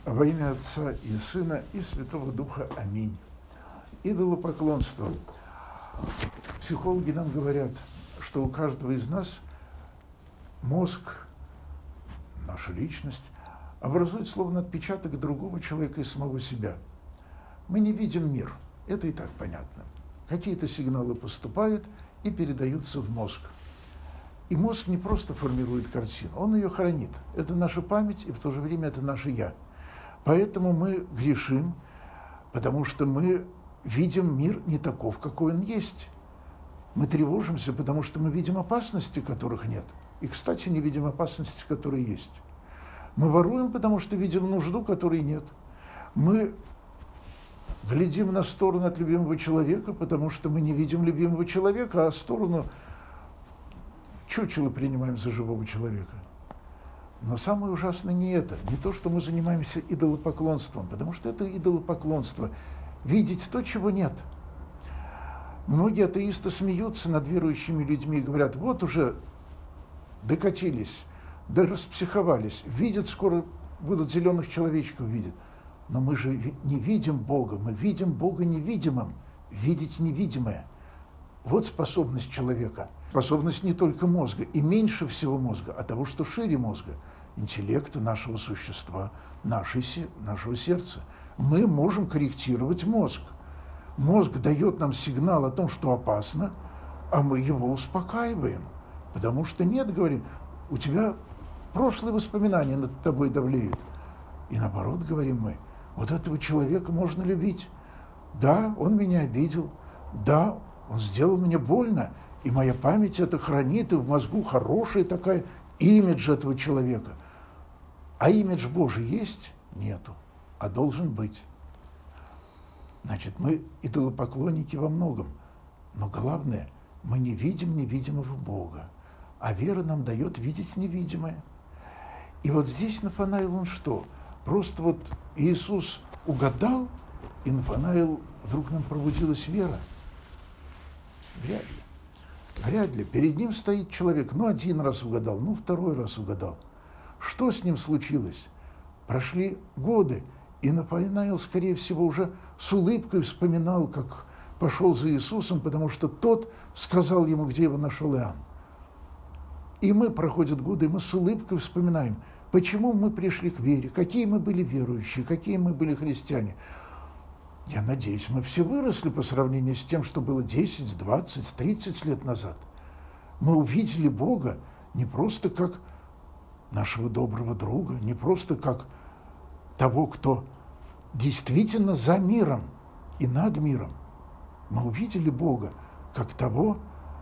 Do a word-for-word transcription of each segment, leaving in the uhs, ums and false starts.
Во имя Отца и Сына и Святого Духа. Аминь. Идолопоклонство. Психологи нам говорят, что у каждого из нас мозг, наша личность, образует словно отпечаток другого человека и самого себя. Мы не видим мир, это и так понятно. Какие-то сигналы поступают и передаются в мозг. И мозг не просто формирует картину, он ее хранит. Это наша память, и в то же время это наше «я». Поэтому мы грешим, потому что мы видим мир не таков, какой он есть. Мы тревожимся, потому что мы видим опасности, которых нет. И, кстати, не видим опасности, которые есть. Мы воруем, потому что видим нужду, которой нет. Мы глядим на сторону от любимого человека, потому что мы не видим любимого человека, а сторону чучело принимаем за живого человека. Но самое ужасное не это, не то, что мы занимаемся идолопоклонством, потому что это идолопоклонство. Видеть то, чего нет. Многие атеисты смеются над верующими людьми и говорят, вот уже докатились, да распсиховались, видят, скоро будут зеленых человечков видеть. Но мы же не видим Бога, мы видим Бога невидимым, видеть невидимое. Вот способность человека. Способность не только мозга, и меньше всего мозга, а того, что шире мозга, интеллекта нашего существа, нашей, нашего сердца. Мы можем корректировать мозг. Мозг дает нам сигнал о том, что опасно, а мы его успокаиваем. Потому что нет, говорим, у тебя прошлые воспоминания над тобой давлеют. И наоборот, говорим мы, вот этого человека можно любить. Да, он меня обидел, да, он сделал мне больно, и моя память это хранит, и в мозгу хорошая такая имидж этого человека. А имидж Божий есть? Нету, а должен быть. Значит, мы идолопоклонники во многом, но главное, мы не видим невидимого Бога, а вера нам дает видеть невидимое. И вот здесь Нафанаил, он что? Просто вот Иисус угадал, и Нафанаил вдруг нам пробудилась вера. Вряд ли. Вряд ли. Перед ним стоит человек, ну, один раз угадал, ну, второй раз угадал. Что с ним случилось? Прошли годы, и Нафанаил, скорее всего, уже с улыбкой вспоминал, как пошел за Иисусом, потому что тот сказал ему, где его нашел Иоанн. И мы, проходят годы, и мы с улыбкой вспоминаем, почему мы пришли к вере, какие мы были верующие, какие мы были христиане. Я надеюсь, мы все выросли по сравнению с тем, что было десять, двадцать, тридцать лет назад. Мы увидели Бога не просто как нашего доброго друга, не просто как того, кто действительно за миром и над миром. Мы увидели Бога как того,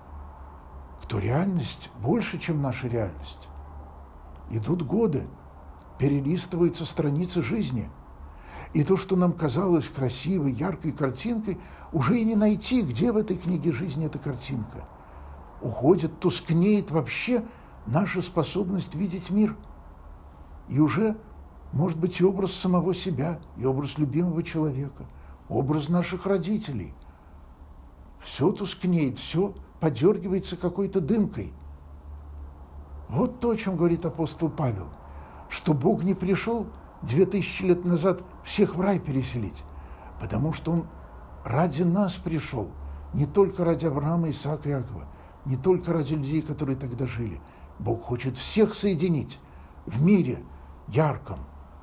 кто реальность больше, чем наша реальность. Идут годы, перелистываются страницы жизни. И то, что нам казалось красивой, яркой картинкой, уже и не найти, где в этой книге жизни эта картинка. Уходит, тускнеет вообще наша способность видеть мир. И уже, может быть, и образ самого себя, и образ любимого человека, образ наших родителей. Все тускнеет, все подергивается какой-то дымкой. Вот то, о чем говорит апостол Павел, что Бог не пришел две тысячи лет назад всех в рай переселить, потому что Он ради нас пришел, не только ради Авраама, Исаака и Иакова, не только ради людей, которые тогда жили. Бог хочет всех соединить в мире ярком,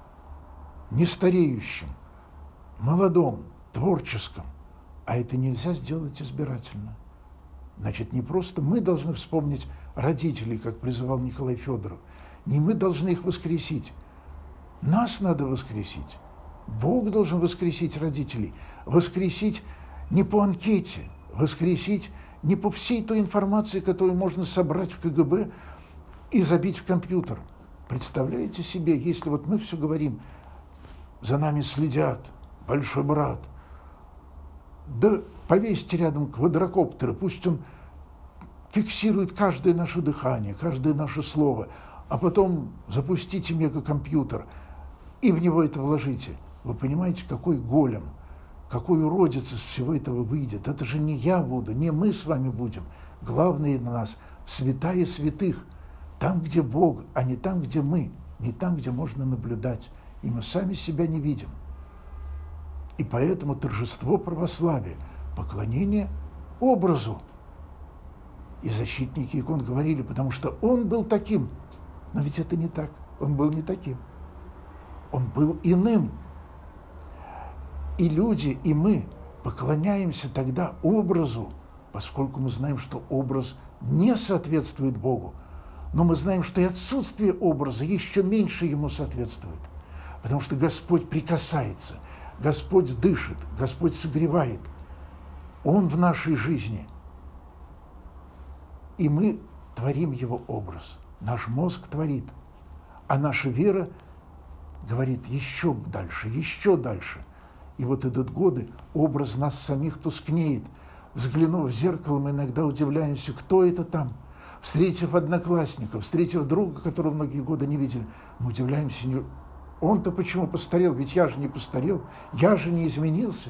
нестареющем, молодом, творческом. А это нельзя сделать избирательно. Значит, не просто мы должны вспомнить родителей, как призывал Николай Федоров, не мы должны их воскресить. Нас надо воскресить. Бог должен воскресить родителей. Воскресить не по анкете, воскресить не по всей той информации, которую можно собрать в ка гэ бэ и забить в компьютер. Представляете себе, если вот мы все говорим, за нами следят, большой брат, да повесьте рядом квадрокоптер, пусть он фиксирует каждое наше дыхание, каждое наше слово, а потом запустите мегакомпьютер и в него это вложите. Вы понимаете, какой голем, какой уродец из всего этого выйдет. Это же не я буду, не мы с вами будем. Главное на нас святая святых, там, где Бог, а не там, где мы. не там, где можно наблюдать, и мы сами себя не видим. И поэтому торжество православия, поклонение образу. И защитники икон говорили, потому что он был таким. Но ведь это не так. Он был не таким. Он был иным. И люди, и мы поклоняемся тогда образу, поскольку мы знаем, что образ не соответствует Богу. Но мы знаем, что и отсутствие образа еще меньше ему соответствует. Потому что Господь прикасается, Господь дышит, Господь согревает. Он в нашей жизни. И мы творим его образ. Наш мозг творит. А наша вера говорит еще дальше, еще дальше. И вот идут годы, образ нас самих тускнеет. Взглянув в зеркало, мы иногда удивляемся, кто это там. Встретив одноклассника, встретив друга, которого многие годы не видели, мы удивляемся, он-то почему постарел, ведь я же не постарел, я же не изменился.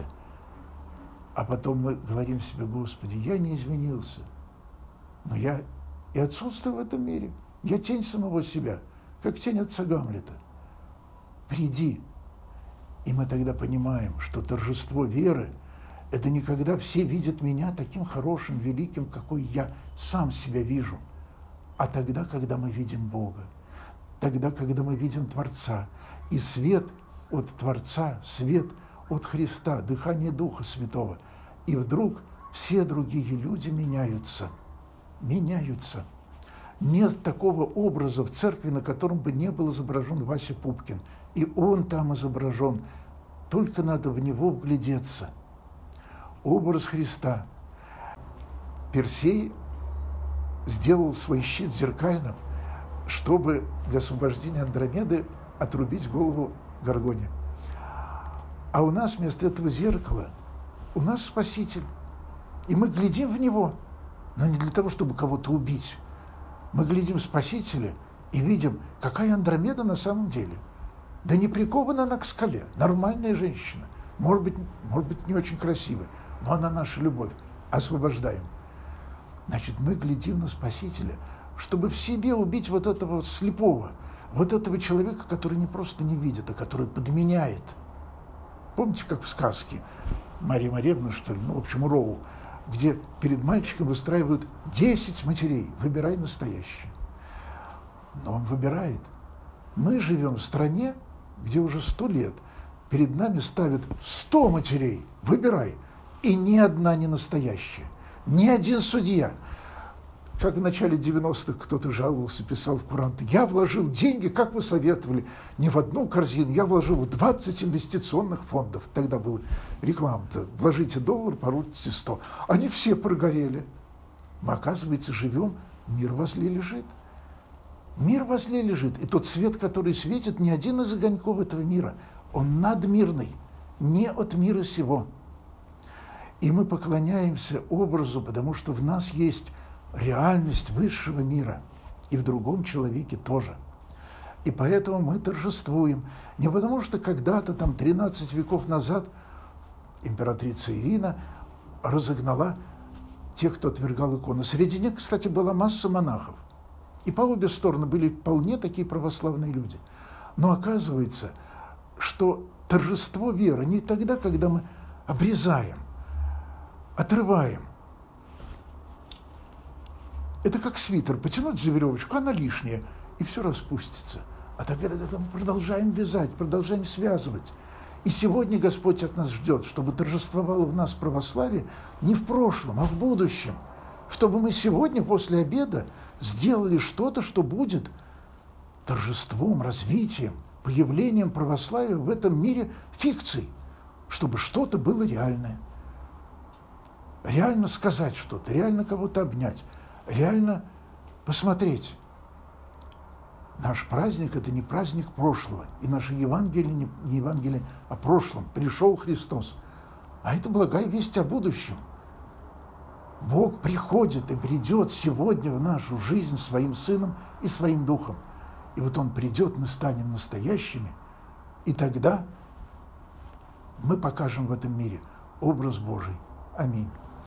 А потом мы говорим себе, Господи, я не изменился, но я и отсутствую в этом мире. Я тень самого себя, как тень отца Гамлета. Приди. И мы тогда понимаем, что торжество веры – это не когда все видят меня таким хорошим, великим, какой я сам себя вижу, а тогда, когда мы видим Бога, тогда, когда мы видим Творца. И свет от Творца, свет от Христа, дыхание Духа Святого. И вдруг все другие люди меняются. Меняются. Нет такого образа в церкви, на котором бы не был изображен Вася Пупкин. И он там изображен. Только надо в него вглядеться. Образ Христа. Персей сделал свой щит зеркальным, чтобы для освобождения Андромеды отрубить голову Горгоне. А у нас вместо этого зеркала у нас Спаситель. И мы глядим в него, но не для того, чтобы кого-то убить. Мы глядим в Спасителя и видим, какая Андромеда на самом деле. Да не прикована она к скале. Нормальная женщина. Может быть, может быть, не очень красивая, но она наша любовь. Освобождаем. Значит, мы глядим на Спасителя, чтобы в себе убить вот этого вот слепого, вот этого человека, который не просто не видит, а который подменяет. Помните, как в сказке Мария Марьевна, что ли, ну, в общем, Роу, где перед мальчиком выстраивают десять матерей, выбирай настоящее. Но он выбирает. Мы живем в стране, где уже сто лет перед нами ставят сто матерей, выбирай, и ни одна не настоящая, ни один судья. Как в начале девяностых кто-то жаловался, писал в курант, я вложил деньги, как вы советовали, не в одну корзину, я вложил в двадцать инвестиционных фондов. Тогда была реклама-то, вложите доллар, получите сто. Они все прогорели. Мы, оказывается, живем, мир возле лежит. Мир возле лежит. И тот свет, который светит, не один из огоньков этого мира. Он надмирный, не от мира сего. И мы поклоняемся образу, потому что в нас есть реальность высшего мира, и в другом человеке тоже. И поэтому мы торжествуем. Не потому что когда-то, там, тринадцать веков назад, императрица Ирина разогнала тех, кто отвергал иконы. Среди них, кстати, была масса монахов. И по обе стороны были вполне такие православные люди. Но оказывается, что торжество веры не тогда, когда мы обрезаем, отрываем. Это как свитер, потянуть за веревочку, она лишняя, и все распустится. А тогда, когда мы продолжаем вязать, продолжаем связывать. И сегодня Господь от нас ждет, чтобы торжествовало в нас православие не в прошлом, а в будущем. Чтобы мы сегодня после обеда сделали что-то, что будет торжеством, развитием, появлением православия в этом мире фикций. Чтобы что-то было реальное. Реально сказать что-то, реально кого-то обнять. Реально посмотреть. Наш праздник – это не праздник прошлого. И наше Евангелие не, не Евангелие о прошлом. Пришел Христос. А это благая весть о будущем. Бог приходит и придет сегодня в нашу жизнь своим Сыном и своим Духом. И вот Он придет, мы станем настоящими. И тогда мы покажем в этом мире образ Божий. Аминь.